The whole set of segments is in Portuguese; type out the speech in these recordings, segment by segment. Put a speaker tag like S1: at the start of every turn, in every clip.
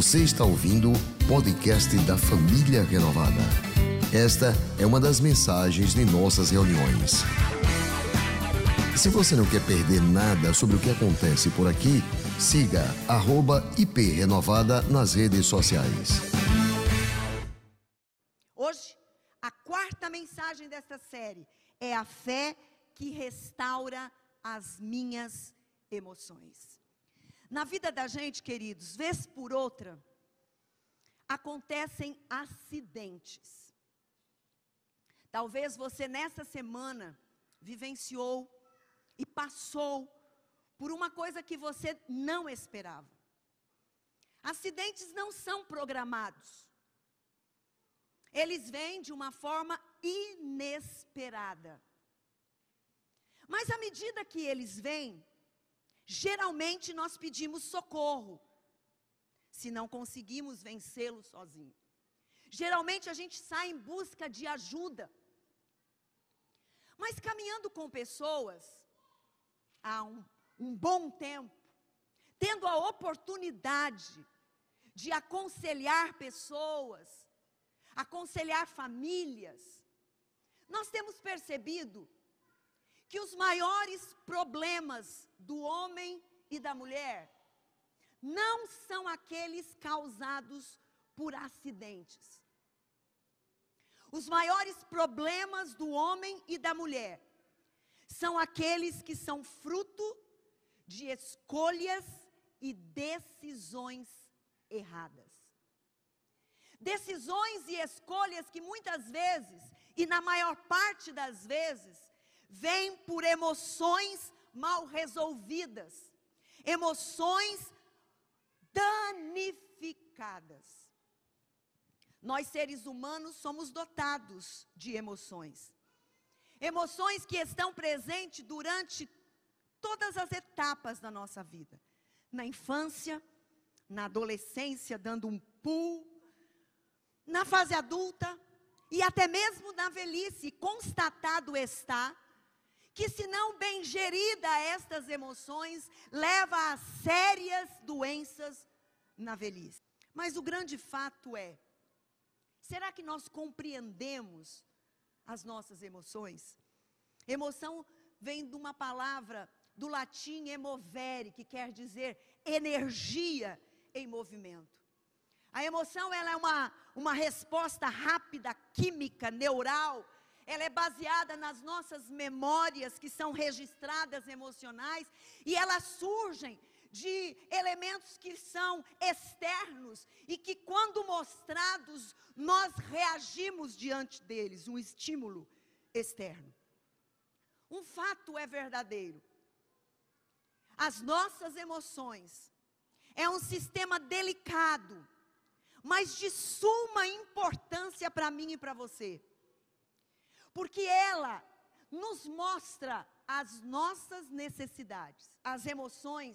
S1: Você está ouvindo o podcast da Família Renovada. Esta é uma das mensagens de nossas reuniões. Se você não quer perder nada sobre o que acontece por aqui, siga @IPRenovada nas redes sociais.
S2: Hoje, a quarta mensagem desta série é a fé que restaura as minhas emoções. Na vida da gente, queridos, vez por outra, acontecem acidentes. Talvez você nessa semana vivenciou e passou por uma coisa que você não esperava. Acidentes não são programados. Eles vêm de uma forma inesperada. Mas à medida que eles vêm, geralmente nós pedimos socorro, se não conseguimos vencê-lo sozinho. Geralmente a gente sai em busca de ajuda. Mas caminhando com pessoas, há um bom tempo, tendo a oportunidade de aconselhar pessoas, aconselhar famílias, nós temos percebido que os maiores problemas do homem e da mulher não são aqueles causados por acidentes. Os maiores problemas do homem e da mulher são aqueles que são fruto de escolhas e decisões erradas. Decisões e escolhas que muitas vezes, e na maior parte das vezes, vêm por emoções mal resolvidas, emoções danificadas. Nós seres humanos somos dotados de emoções. Emoções que estão presentes durante todas as etapas da nossa vida. Na infância, na adolescência, dando um pulo, na fase adulta e até mesmo na velhice. Constatado está que, se não bem gerida estas emoções, leva a sérias doenças na velhice. Mas o grande fato é, será que nós compreendemos as nossas emoções? Emoção vem de uma palavra do latim emovere, que quer dizer energia em movimento. A emoção, ela é uma resposta rápida, química, neural. Ela é baseada nas nossas memórias, que são registradas emocionais, e elas surgem de elementos que são externos, e que quando mostrados, nós reagimos diante deles, um estímulo externo. Um fato é verdadeiro: as nossas emoções é um sistema delicado, mas de suma importância para mim e para você, porque ela nos mostra as nossas necessidades. As emoções,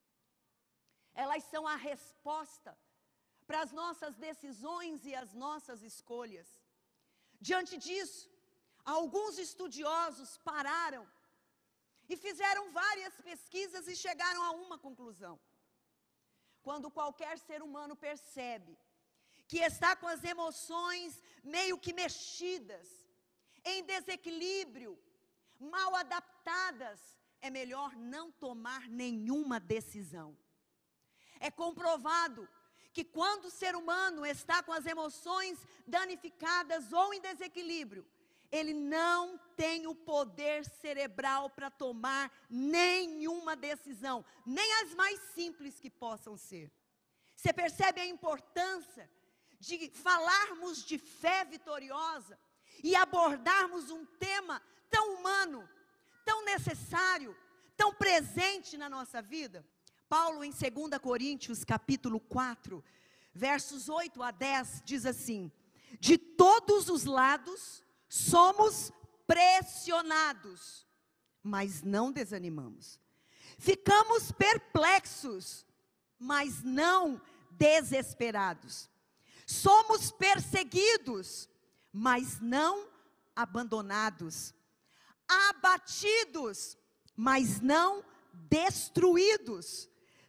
S2: elas são a resposta para as nossas decisões e as nossas escolhas. Diante disso, alguns estudiosos pararam e fizeram várias pesquisas e chegaram a uma conclusão. Quando qualquer ser humano percebe que está com as emoções meio que mexidas, em desequilíbrio, mal adaptadas, é melhor não tomar nenhuma decisão. É comprovado que quando o ser humano está com as emoções danificadas ou em desequilíbrio, ele não tem o poder cerebral para tomar nenhuma decisão, nem as mais simples que possam ser. Você percebe a importância de falarmos de fé vitoriosa e abordarmos um tema tão humano, tão necessário, tão presente na nossa vida? Paulo, em 2 Coríntios, capítulo 4, versos 8 a 10, diz assim: de todos os lados somos pressionados, mas não desanimamos. Ficamos perplexos, mas não desesperados. Somos perseguidos, mas não abandonados. Abatidos, mas não destruídos.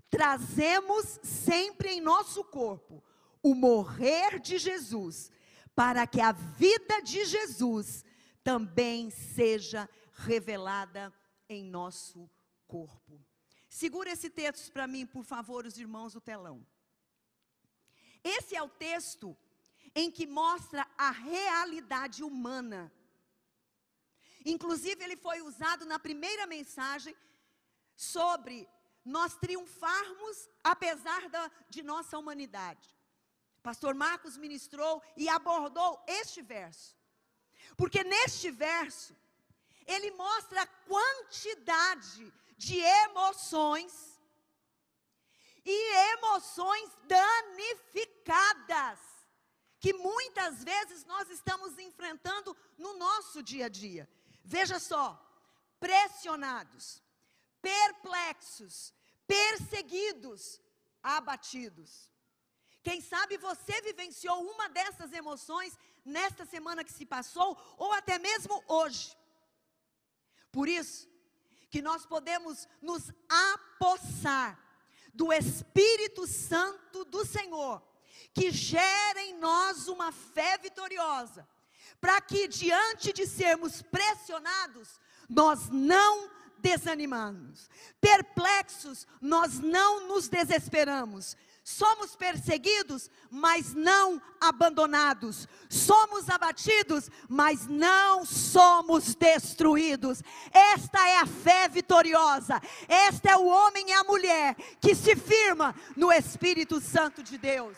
S2: trazemos sempre em nosso corpo o morrer de Jesus, para que a vida de Jesus também seja revelada em nosso corpo. Segura esse texto para mim, por favor, os irmãos do telão. Esse é o texto em que mostra a realidade humana. Inclusive, ele foi usado na primeira mensagem sobre nós triunfarmos apesar de nossa humanidade. Pastor Marcos ministrou e abordou este verso. Porque neste verso, ele mostra a quantidade de emoções e emoções danificadas que muitas vezes nós estamos enfrentando no nosso dia a dia. Veja só, pressionados, perplexos, perseguidos, abatidos. Quem sabe você vivenciou uma dessas emoções nesta semana que se passou, ou até mesmo hoje. Por isso, que nós podemos nos apossar do Espírito Santo do Senhor, que gera em nós uma fé vitoriosa, para que diante de sermos pressionados, nós não desanimamos, perplexos, nós não nos desesperamos, somos perseguidos, mas não abandonados, somos abatidos, mas não somos destruídos. Esta é a fé vitoriosa, esta é o homem e a mulher que se firma no Espírito Santo de Deus.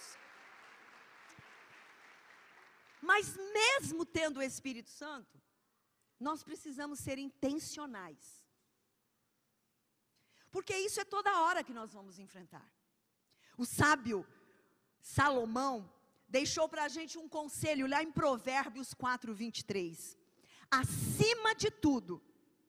S2: Mas mesmo tendo o Espírito Santo, nós precisamos ser intencionais, porque isso é toda hora que nós vamos enfrentar. O sábio Salomão deixou para a gente um conselho lá em Provérbios 4:23. Acima de tudo,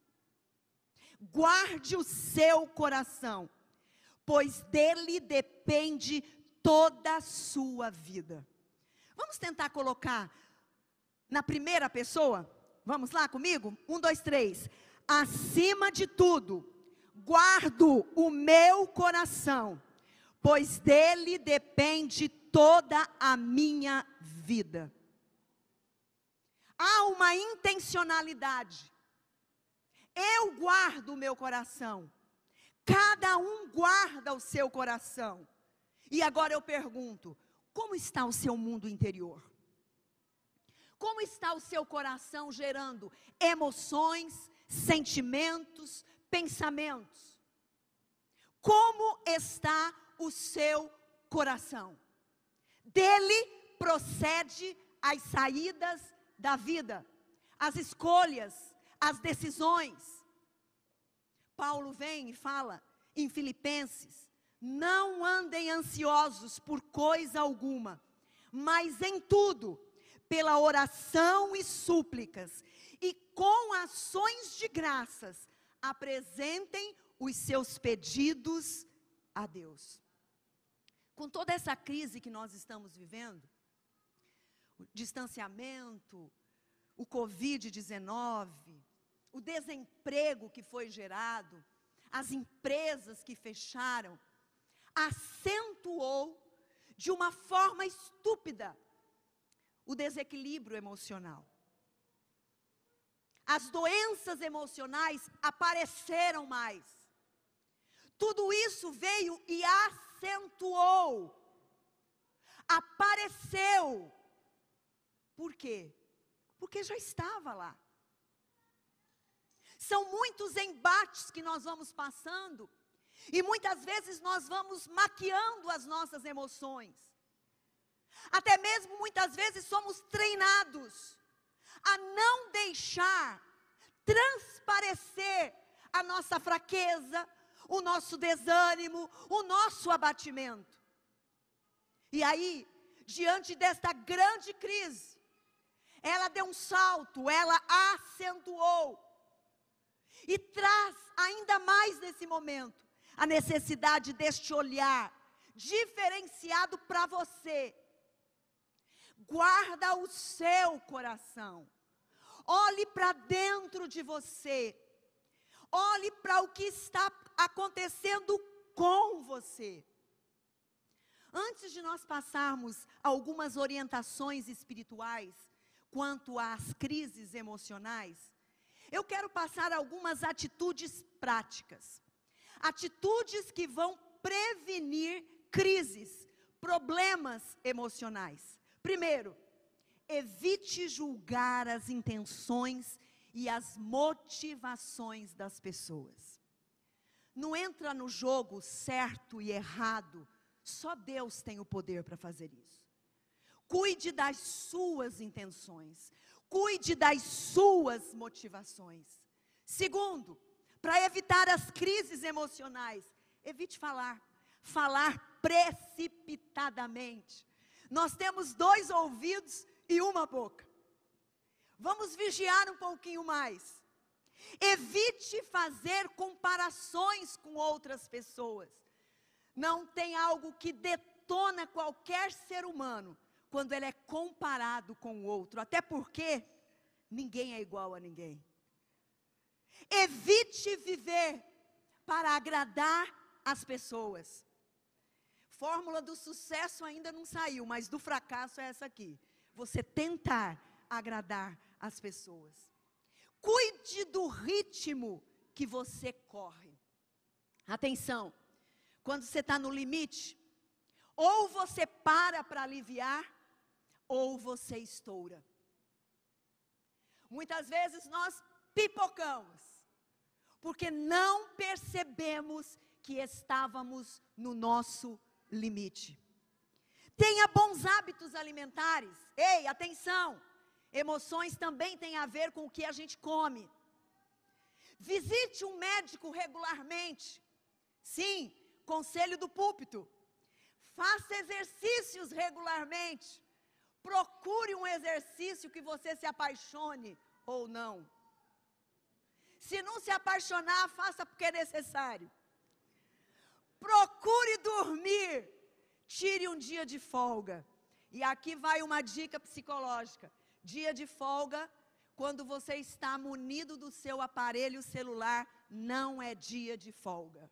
S2: guarde o seu coração, pois dele depende toda a sua vida. Vamos tentar colocar na primeira pessoa? Vamos lá comigo? 1, 2, 3. Acima de tudo, guardo o meu coração, pois dele depende toda a minha vida. Há uma intencionalidade. Eu guardo o meu coração. Cada um guarda o seu coração. E agora eu pergunto, como está o seu mundo interior? Como está o seu coração gerando emoções, sentimentos, pensamentos? Como está o seu coração? Dele procede as saídas da vida, as escolhas, as decisões. Paulo vem e fala em Filipenses: não andem ansiosos por coisa alguma, mas em tudo, pela oração e súplicas, e com ações de graças, apresentem os seus pedidos a Deus. Com toda essa crise que nós estamos vivendo, o distanciamento, o Covid-19, o desemprego que foi gerado, as empresas que fecharam, acentuou de uma forma estúpida o desequilíbrio emocional. As doenças emocionais apareceram mais. Tudo isso veio e acentuou, apareceu. Por quê? Porque já estava lá. São muitos embates que nós vamos passando, e muitas vezes nós vamos maquiando as nossas emoções. Até mesmo muitas vezes somos treinados a não deixar transparecer a nossa fraqueza, o nosso desânimo, o nosso abatimento. E aí, diante desta grande crise, ela deu um salto, ela acentuou e traz ainda mais nesse momento a necessidade deste olhar diferenciado para você. Guarda o seu coração, olhe para dentro de você, olhe para o que está acontecendo com você. Antes de nós passarmos algumas orientações espirituais quanto às crises emocionais, eu quero passar algumas atitudes práticas. Atitudes que vão prevenir crises, problemas emocionais. Primeiro, evite julgar as intenções e as motivações das pessoas. Não entra no jogo certo e errado. Só Deus tem o poder para fazer isso. Cuide das suas intenções. Cuide das suas motivações. Segundo, para evitar as crises emocionais, evite falar. Falar precipitadamente. Nós temos 2 ouvidos e uma boca. Vamos vigiar um pouquinho mais. Evite fazer comparações com outras pessoas. Não tem algo que detona qualquer ser humano quando ele é comparado com o outro. Até porque ninguém é igual a ninguém. Evite viver para agradar as pessoas. Fórmula do sucesso ainda não saiu, mas do fracasso é essa aqui. Você tentar agradar as pessoas. Cuide do ritmo que você corre. Atenção. Quando você está no limite, ou você para aliviar, ou você estoura. Muitas vezes nós pipocamos, porque não percebemos que estávamos no nosso limite. Tenha bons hábitos alimentares. Ei, atenção! Emoções também têm a ver com o que a gente come. Visite um médico regularmente. Sim, conselho do púlpito. Faça exercícios regularmente. Procure um exercício que você se apaixone ou não. Se não se apaixonar, faça porque é necessário. Procure dormir. Tire um dia de folga. E aqui vai uma dica psicológica. Dia de folga, quando você está munido do seu aparelho celular, não é dia de folga.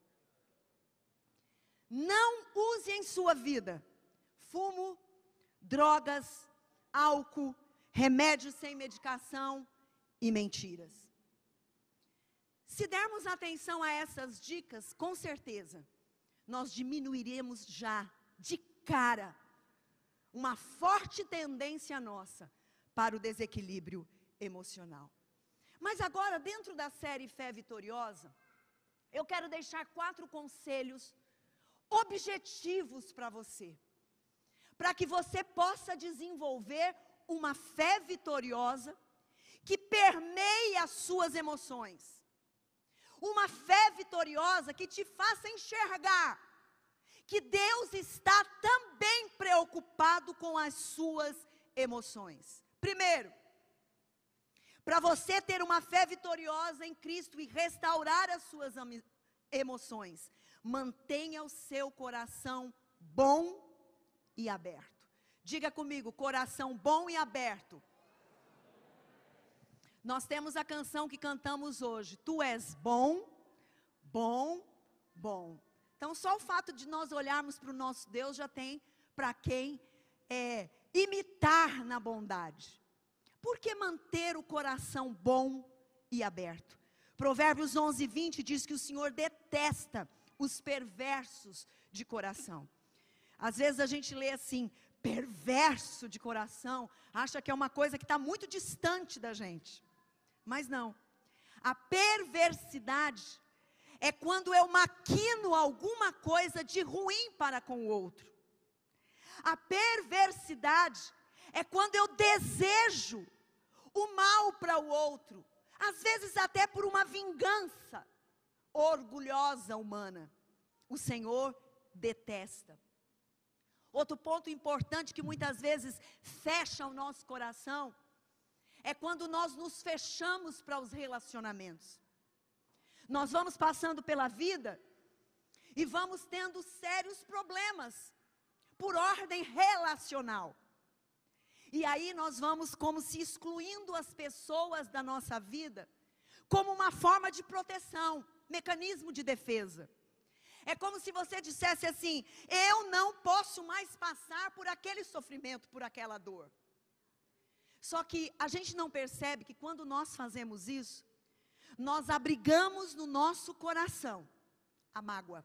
S2: Não use em sua vida fumo, drogas, álcool, remédios sem medicação e mentiras. Se dermos atenção a essas dicas, com certeza, nós diminuiremos já, de cara, uma forte tendência nossa para o desequilíbrio emocional. Mas agora, dentro da série Fé Vitoriosa, eu quero deixar 4 conselhos objetivos para você, para que você possa desenvolver uma fé vitoriosa que permeie as suas emoções. Uma fé vitoriosa que te faça enxergar que Deus está também preocupado com as suas emoções. Primeiro, para você ter uma fé vitoriosa em Cristo e restaurar as suas emoções, mantenha o seu coração bom e aberto. Diga comigo, coração bom e aberto. Nós temos a canção que cantamos hoje. Tu és bom, bom, bom. Então, só o fato de nós olharmos para o nosso Deus já tem para quem imitar na bondade. Por que manter o coração bom e aberto? Provérbios 11:20 diz que o Senhor detesta os perversos de coração. Às vezes a gente lê assim, perverso de coração, acha que é uma coisa que está muito distante da gente. Mas não. A perversidade é quando eu maquino alguma coisa de ruim para com o outro. A perversidade é quando eu desejo o mal para o outro, às vezes até por uma vingança orgulhosa humana. O Senhor detesta. Outro ponto importante que muitas vezes fecha o nosso coração é quando nós nos fechamos para os relacionamentos. Nós vamos passando pela vida e vamos tendo sérios problemas por ordem relacional. E aí nós vamos como se excluindo as pessoas da nossa vida como uma forma de proteção, mecanismo de defesa. É como se você dissesse assim: eu não posso mais passar por aquele sofrimento, por aquela dor. Só que a gente não percebe que quando nós fazemos isso, nós abrigamos no nosso coração a mágoa.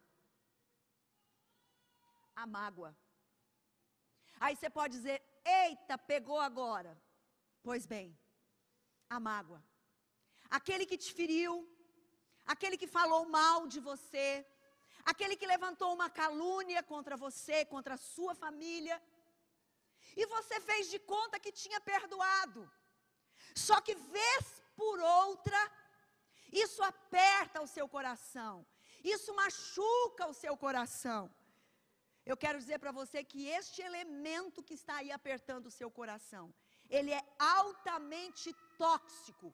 S2: A mágoa. Aí você pode dizer: eita, pegou agora. Pois bem, a mágoa. Aquele que te feriu, aquele que falou mal de você, aquele que levantou uma calúnia contra você, contra a sua família, e você fez de conta que tinha perdoado. Só que vez por outra, isso aperta o seu coração, isso machuca o seu coração. Eu quero dizer para você que este elemento que está aí apertando o seu coração, ele é altamente tóxico.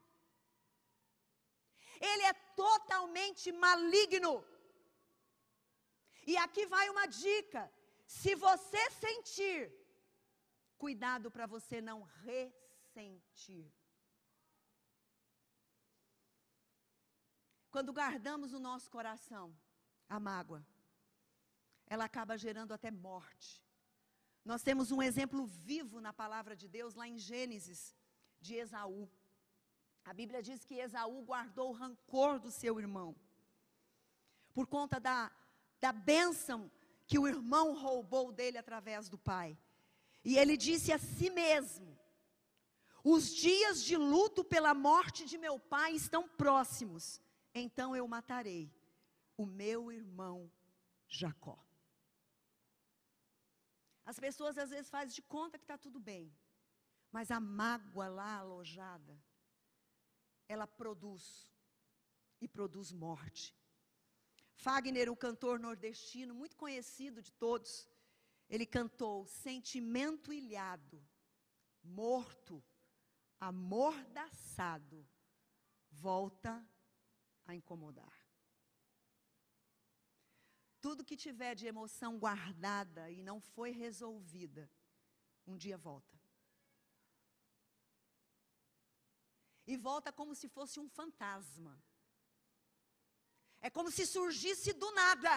S2: Ele é totalmente maligno. E aqui vai uma dica: se você sentir, cuidado para você não ressentir. Quando guardamos no nosso coração a mágoa, ela acaba gerando até morte. Nós temos um exemplo vivo na palavra de Deus, lá em Gênesis, de Esaú. A Bíblia diz que Esaú guardou o rancor do seu irmão, por conta da bênção que o irmão roubou dele através do pai. E ele disse a si mesmo: os dias de luto pela morte de meu pai estão próximos, então eu matarei o meu irmão Jacó. As pessoas às vezes fazem de conta que está tudo bem, mas a mágoa lá alojada, ela produz, e produz morte. Fagner, o cantor nordestino, muito conhecido de todos, ele cantou: sentimento ilhado, morto, amordaçado, volta a incomodar. Tudo que tiver de emoção guardada e não foi resolvida, um dia volta. E volta como se fosse um fantasma. É como se surgisse do nada.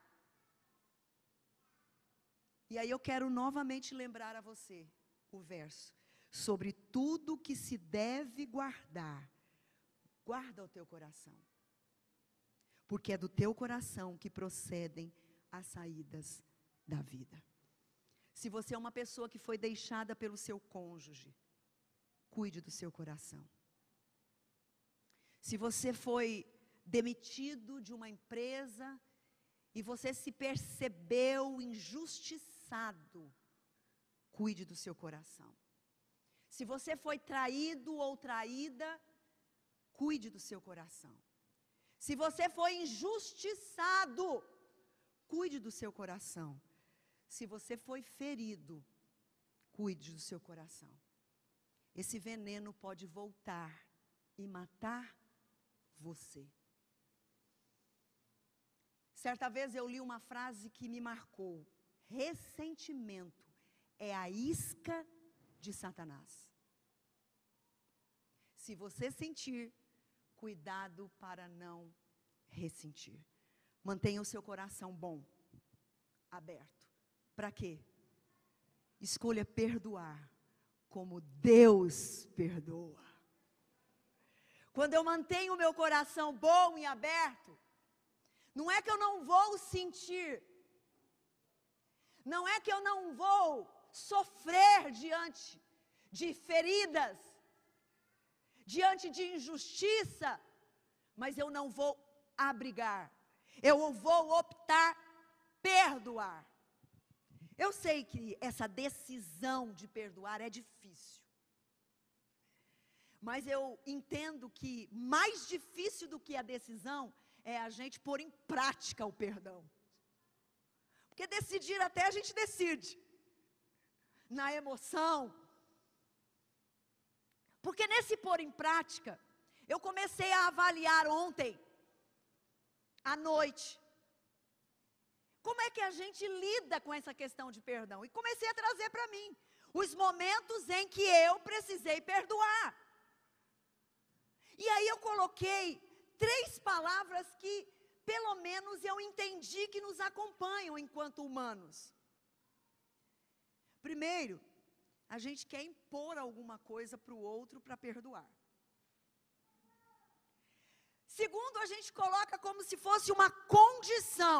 S2: E aí eu quero novamente lembrar a você o verso: sobre tudo que se deve guardar, guarda o teu coração, porque é do teu coração que procedem as saídas da vida. Se você é uma pessoa que foi deixada pelo seu cônjuge, cuide do seu coração. Se você foi demitido de uma empresa e você se percebeu injustiçado, cuide do seu coração. Se você foi traído ou traída, cuide do seu coração. Se você foi injustiçado, cuide do seu coração. Se você foi ferido, cuide do seu coração. Esse veneno pode voltar e matar você. Certa vez eu li uma frase que me marcou: ressentimento é a isca de Satanás. Se você sentir, cuidado para não ressentir. Mantenha o seu coração bom, aberto. Para quê? Escolha perdoar como Deus perdoa. Quando eu mantenho o meu coração bom e aberto, não é que eu não vou sentir, não é que eu não vou sofrer diante de feridas, diante de injustiça, mas eu não vou abrigar, eu vou optar perdoar. Eu sei que essa decisão de perdoar é difícil, mas eu entendo que mais difícil do que a decisão é a gente pôr em prática o perdão. Porque decidir até a gente decide, na emoção. Porque nesse pôr em prática, eu comecei a avaliar ontem, à noite, como é que a gente lida com essa questão de perdão. E comecei a trazer para mim os momentos em que eu precisei perdoar. E aí eu coloquei 3 palavras que pelo menos eu entendi que nos acompanham enquanto humanos. Primeiro, a gente quer impor alguma coisa para o outro para perdoar. Segundo, a gente coloca como se fosse uma condição.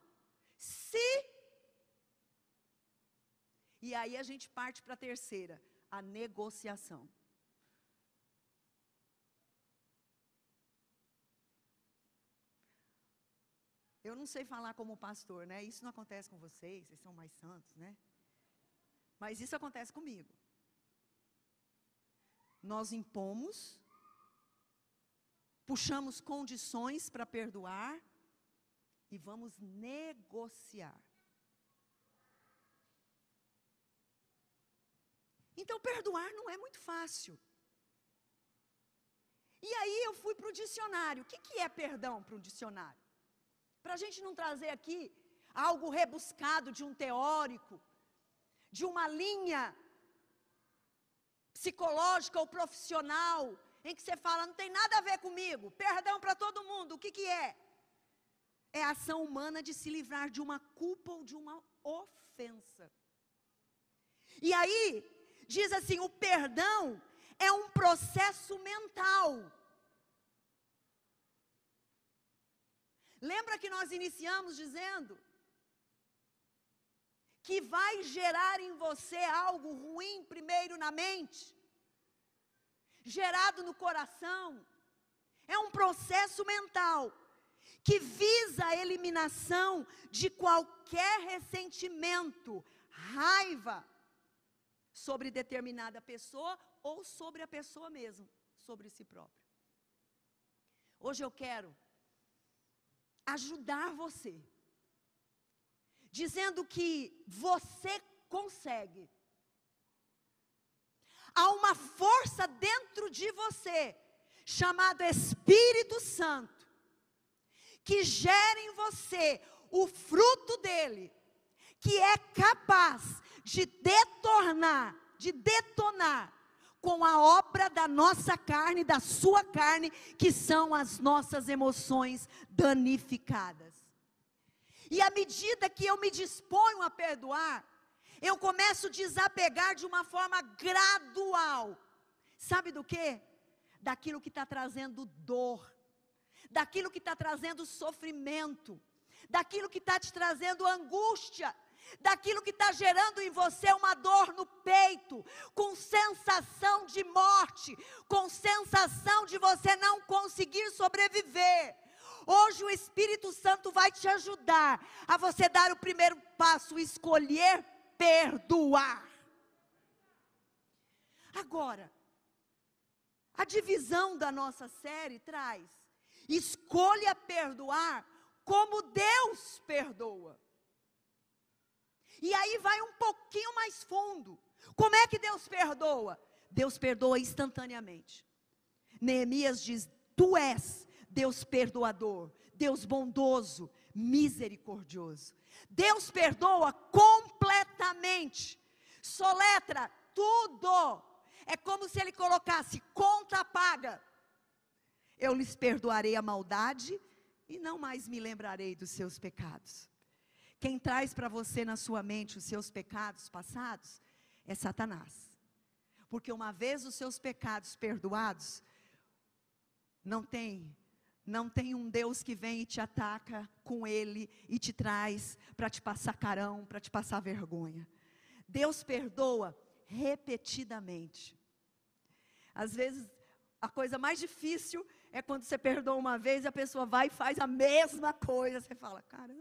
S2: E aí a gente parte para a terceira, a negociação. Eu não sei falar como pastor, né? Isso não acontece com vocês, vocês são mais santos, né? Mas isso acontece comigo. Nós impomos, puxamos condições para perdoar e vamos negociar. Então, perdoar não é muito fácil. E aí eu fui para o dicionário. O que é perdão para um dicionário? Para a gente não trazer aqui algo rebuscado de um teórico, de uma linha psicológica ou profissional, em que você fala, não tem nada a ver comigo, perdão para todo mundo. O que é? É a ação humana de se livrar de uma culpa ou de uma ofensa. E aí, diz assim, o perdão é um processo mental. Lembra que nós iniciamos dizendo que vai gerar em você algo ruim primeiro na mente, gerado no coração. É um processo mental que visa a eliminação de qualquer ressentimento, raiva sobre determinada pessoa ou sobre a pessoa mesmo, sobre si próprio. Hoje eu quero ajudar você, dizendo que você consegue. Há uma força dentro de você, chamada Espírito Santo, que gera em você o fruto dele, que é capaz de detonar com a obra da nossa carne, da sua carne, que são as nossas emoções danificadas. E à medida que eu me disponho a perdoar, eu começo a desapegar de uma forma gradual. Sabe do quê? Daquilo que está trazendo dor, daquilo que está trazendo sofrimento, daquilo que está te trazendo angústia, daquilo que está gerando em você uma dor no peito, com sensação de morte, com sensação de você não conseguir sobreviver. Hoje o Espírito Santo vai te ajudar a você dar o primeiro passo, escolher perdoar. Agora, a divisão da nossa série traz: escolha perdoar como Deus perdoa. E aí vai um pouquinho mais fundo. Como é que Deus perdoa? Deus perdoa instantaneamente. Neemias diz: tu és Deus perdoador, Deus bondoso, misericordioso. Deus perdoa completamente. Soletra tudo. É como se ele colocasse conta paga. Eu lhes perdoarei a maldade e não mais me lembrarei dos seus pecados. Quem traz para você na sua mente os seus pecados passados é Satanás. Porque uma vez os seus pecados perdoados, não tem um Deus que vem e te ataca com ele e te traz para te passar carão, para te passar vergonha. Deus perdoa repetidamente. Às vezes, a coisa mais difícil é quando você perdoa uma vez e a pessoa vai e faz a mesma coisa. Você fala, caramba.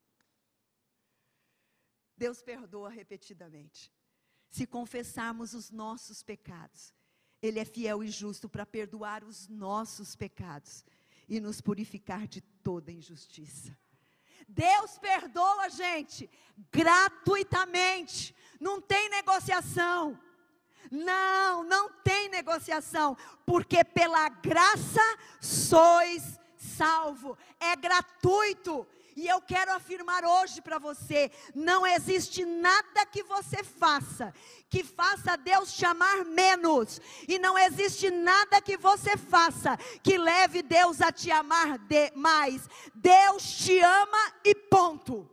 S2: Deus perdoa repetidamente. Se confessarmos os nossos pecados, Ele é fiel e justo para perdoar os nossos pecados e nos purificar de toda injustiça. Deus perdoa, gente, gratuitamente. Não tem negociação. Não tem negociação. Porque pela graça sois salvo. É gratuito. E eu quero afirmar hoje para você, não existe nada que você faça, que faça Deus te amar menos. E não existe nada que você faça, que leve Deus a te amar mais. Deus te ama e ponto.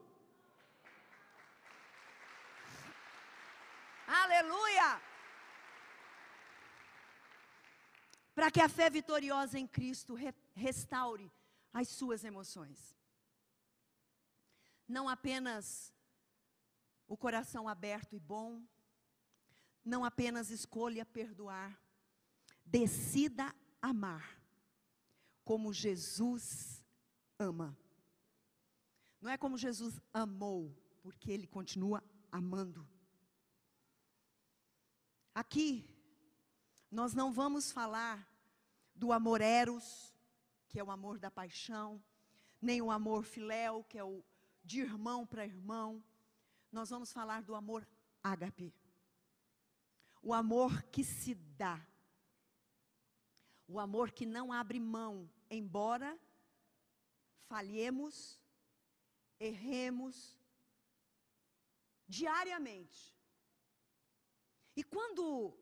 S2: Aleluia! Para que a fé vitoriosa em Cristo restaure as suas emoções. Não apenas o coração aberto e bom, não apenas escolha perdoar, decida amar, como Jesus ama. Não é como Jesus amou, porque Ele continua amando. Aqui, nós não vamos falar do amor eros, que é o amor da paixão, nem o amor filéu, que é o de irmão para irmão. Nós vamos falar do amor ágape, o amor que se dá, o amor que não abre mão, embora falhemos, erremos diariamente. E quando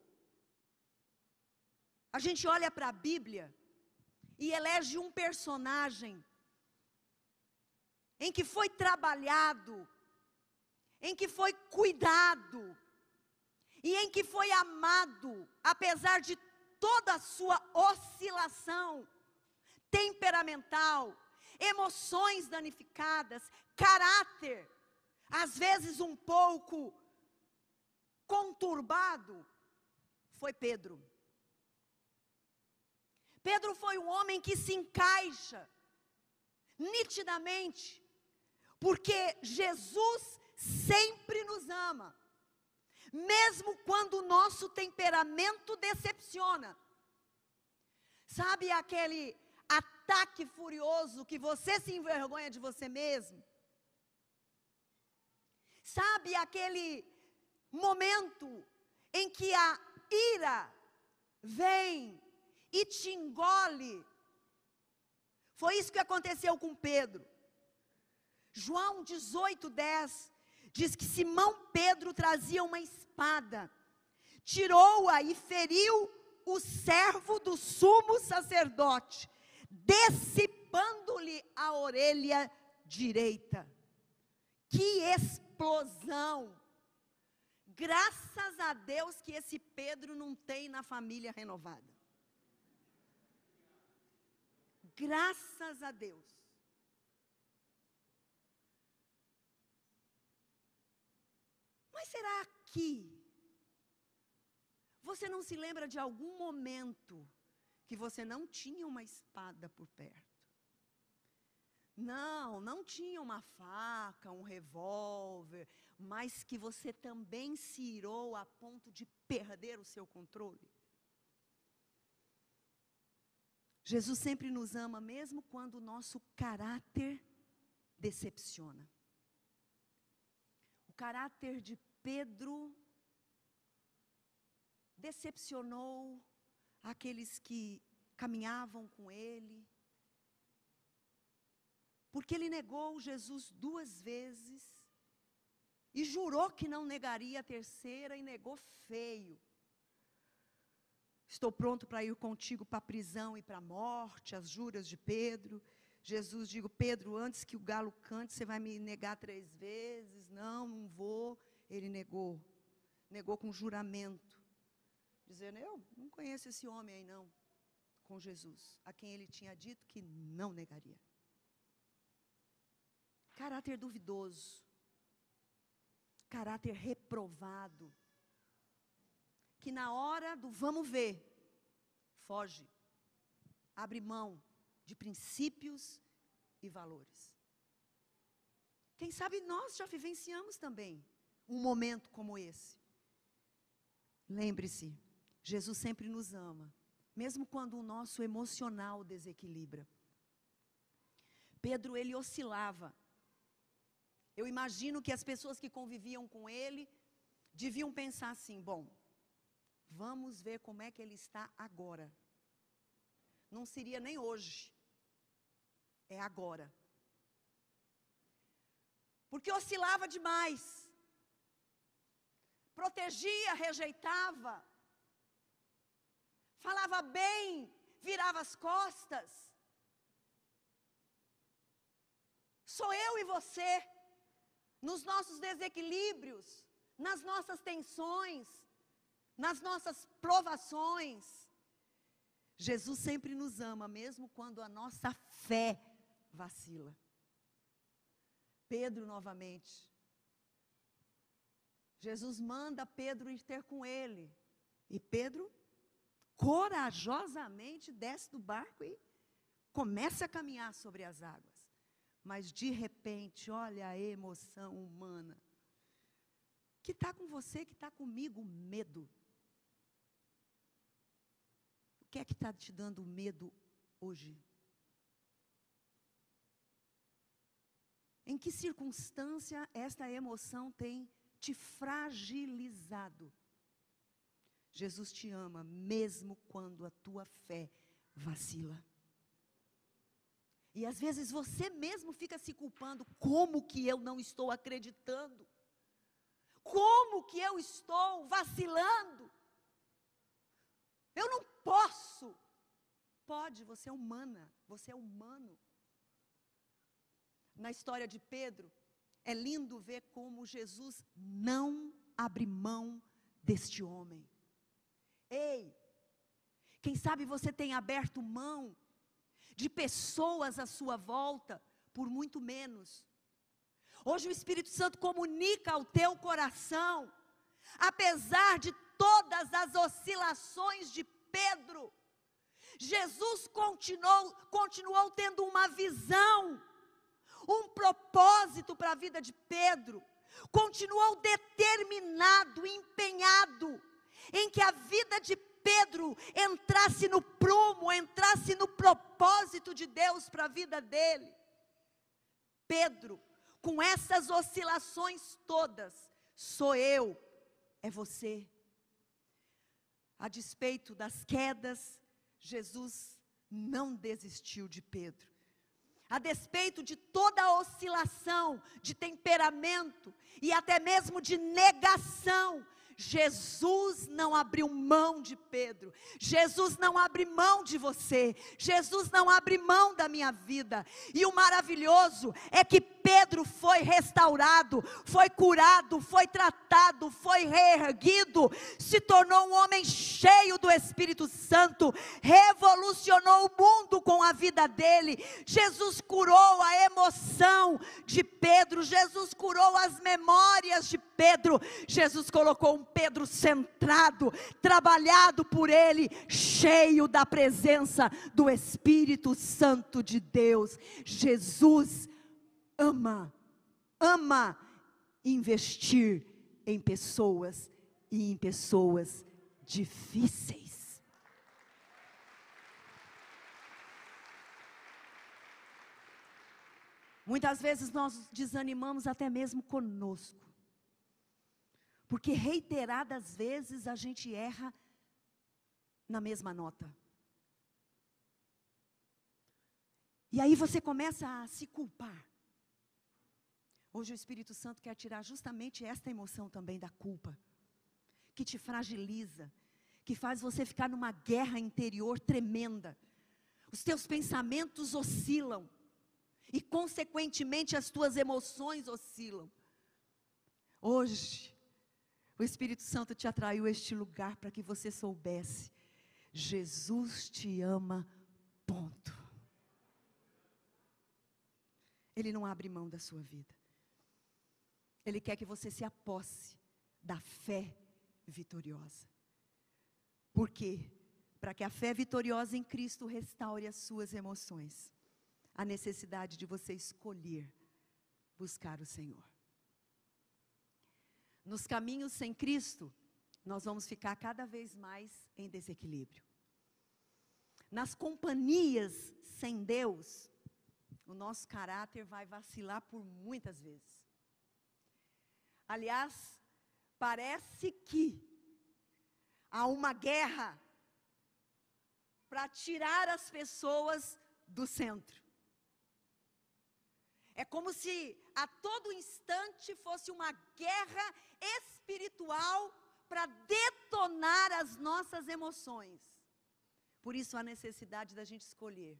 S2: a gente olha para a Bíblia e elege um personagem em que foi trabalhado, em que foi cuidado, e em que foi amado, apesar de toda a sua oscilação temperamental, emoções danificadas, caráter, às vezes um pouco conturbado, foi Pedro. Pedro foi um homem que se encaixa nitidamente, porque Jesus sempre nos ama, mesmo quando o nosso temperamento decepciona. Sabe aquele ataque furioso que você se envergonha de você mesmo? Sabe aquele momento em que a ira vem e te engole? Foi isso que aconteceu com Pedro. João 18:10 diz que Simão Pedro trazia uma espada, tirou-a e feriu o servo do sumo sacerdote, decepando-lhe a orelha direita. Que explosão! Graças a Deus que esse Pedro não tem na família renovada. Graças a Deus. Mas será que você não se lembra de algum momento que você não tinha uma espada por perto? Não tinha uma faca, um revólver, mas que você também se irou a ponto de perder o seu controle? Jesus sempre nos ama, mesmo quando o nosso caráter decepciona. O caráter de Pedro decepcionou aqueles que caminhavam com ele, porque ele negou Jesus 2 vezes, e jurou que não negaria a terceira, e negou feio. Estou pronto para ir contigo para a prisão e para a morte, as juras de Pedro. Jesus, digo, Pedro, antes que o galo cante, você vai me negar 3 vezes? Não vou. Ele negou com juramento, dizendo, eu não conheço esse homem aí não, com Jesus, a quem ele tinha dito que não negaria. Caráter duvidoso, caráter reprovado, que na hora do vamos ver, foge, abre mão de princípios e valores. Quem sabe nós já vivenciamos também um momento como esse. Lembre-se, Jesus sempre nos ama, mesmo quando o nosso emocional desequilibra. Pedro, ele oscilava. Eu imagino que as pessoas que conviviam com ele deviam pensar assim, bom, vamos ver como é que ele está agora. Não seria nem hoje, é agora. porque oscilava demais. Protegia, rejeitava. Falava bem, virava as costas. Sou eu e você, nos nossos desequilíbrios, nas nossas tensões, nas nossas provações. Jesus sempre nos ama, mesmo quando a nossa fé vacila. Pedro novamente. Jesus manda Pedro ir ter com ele. E Pedro corajosamente desce do barco e começa a caminhar sobre as águas. Mas de repente, olha a emoção humana. Que está com você, que está comigo, medo. O que é que está te dando medo hoje? Em que circunstância esta emoção tem te fragilizado? Jesus te ama, mesmo quando a tua fé vacila. E às vezes você mesmo fica se culpando. Como que eu não estou acreditando? Como que eu estou vacilando? Eu não posso. Pode, você é humana, você é humano. Na história de Pedro, é lindo ver como Jesus não abre mão deste homem. Ei, quem sabe você tem aberto mão de pessoas à sua volta por muito menos. Hoje o Espírito Santo comunica ao teu coração, apesar de todas as oscilações de Pedro, Jesus continuou tendo uma visão, um propósito para a vida de Pedro, continuou determinado, empenhado, em que a vida de Pedro entrasse no prumo, entrasse no propósito de Deus para a vida dele. Pedro, com essas oscilações todas, sou eu, é você. A despeito das quedas, Jesus não desistiu de Pedro. A despeito de toda a oscilação de temperamento e até mesmo de negação, Jesus não abriu mão de Pedro. Jesus não abre mão de você. Jesus não abre mão da minha vida. E o maravilhoso é que Pedro foi restaurado, foi curado, foi tratado, foi reerguido, se tornou um homem cheio do Espírito Santo, revolucionou o mundo com a vida dele. Jesus curou a emoção de Pedro, Jesus curou as memórias de Pedro, Jesus colocou um Pedro centrado, trabalhado por ele, cheio da presença do Espírito Santo de Deus. Jesus ama investir em pessoas e em pessoas difíceis. Muitas vezes nós desanimamos até mesmo conosco, porque reiteradas vezes a gente erra na mesma nota. E aí você começa a se culpar. Hoje o Espírito Santo quer tirar justamente esta emoção também da culpa, que te fragiliza, que faz você ficar numa guerra interior tremenda. Os teus pensamentos oscilam, e consequentemente as tuas emoções oscilam. Hoje, o Espírito Santo te atraiu a este lugar para que você soubesse, Jesus te ama, ponto. Ele não abre mão da sua vida. Ele quer que você se aposse da fé vitoriosa. Por quê? Para que a fé vitoriosa em Cristo restaure as suas emoções. A necessidade de você escolher buscar o Senhor. Nos caminhos sem Cristo, nós vamos ficar cada vez mais em desequilíbrio. Nas companhias sem Deus, o nosso caráter vai vacilar por muitas vezes. Aliás, parece que há uma guerra para tirar as pessoas do centro. É como se a todo instante fosse uma guerra espiritual para detonar as nossas emoções. Por isso a necessidade da gente escolher.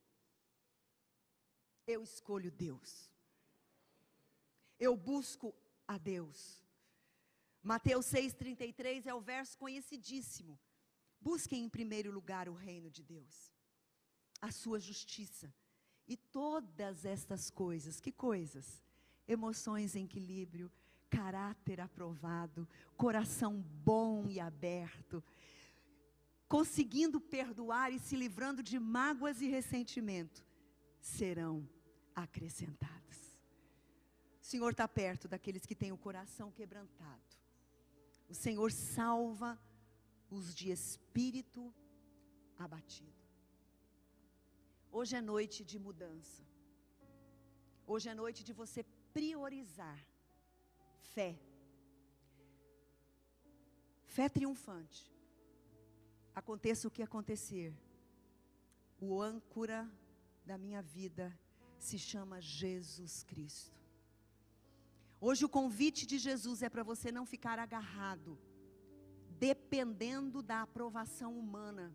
S2: Eu escolho Deus. Eu busco a Deus. Mateus 6,33 é o verso conhecidíssimo. Busquem em primeiro lugar o reino de Deus, a sua justiça, e todas estas coisas, que coisas? Emoções em equilíbrio, caráter aprovado, coração bom e aberto, conseguindo perdoar e se livrando de mágoas e ressentimento, serão acrescentados. O Senhor está perto daqueles que têm o coração quebrantado. O Senhor salva os de espírito abatido. Hoje é noite de mudança. Hoje é noite de você priorizar fé. Fé triunfante. Aconteça o que acontecer, o âncora da minha vida se chama Jesus Cristo. Hoje o convite de Jesus é para você não ficar agarrado, dependendo da aprovação humana.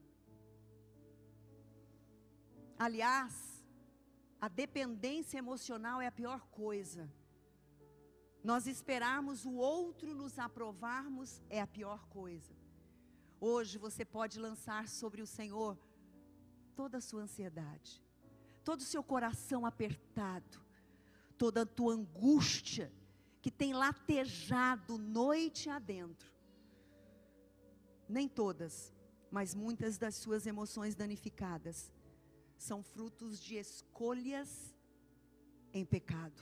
S2: Aliás, a dependência emocional é a pior coisa. Nós esperarmos o outro nos aprovarmos é a pior coisa. Hoje você pode lançar sobre o Senhor toda a sua ansiedade, todo o seu coração apertado, toda a tua angústia que tem latejado noite adentro. Nem todas, mas muitas das suas emoções danificadas são frutos de escolhas em pecado.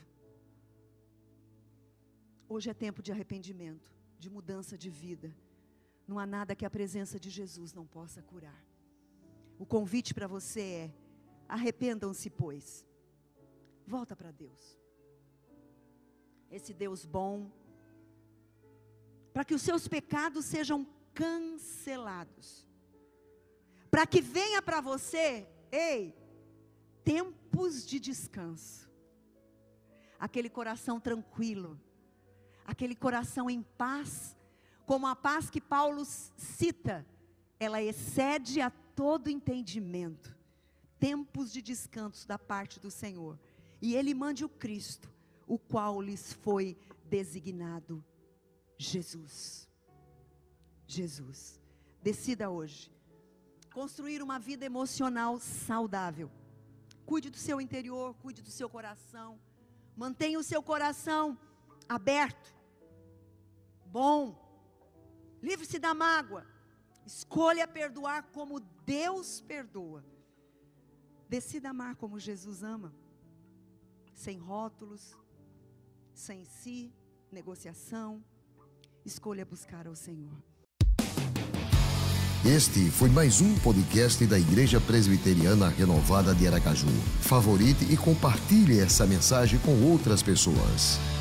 S2: Hoje é tempo de arrependimento, de mudança de vida. Não há nada que a presença de Jesus não possa curar. O convite para você é: arrependam-se, pois. Volta para Deus. Esse Deus bom, para que os seus pecados sejam cancelados. Para que venha para você, tempos de descanso. Aquele coração tranquilo, aquele coração em paz, como a paz que Paulo cita, ela excede a todo entendimento. Tempos de descanso da parte do Senhor. E Ele mande o Cristo, o qual lhes foi designado Jesus. Jesus. Decida hoje construir uma vida emocional saudável. Cuide do seu interior, cuide do seu coração. Mantenha o seu coração aberto, bom. Livre-se da mágoa. Escolha perdoar como Deus perdoa. Decida amar como Jesus ama. Sem rótulos, sem si, negociação. Escolha buscar ao Senhor.
S1: Este foi mais um podcast da Igreja Presbiteriana Renovada de Aracaju. Favorite e compartilhe essa mensagem com outras pessoas.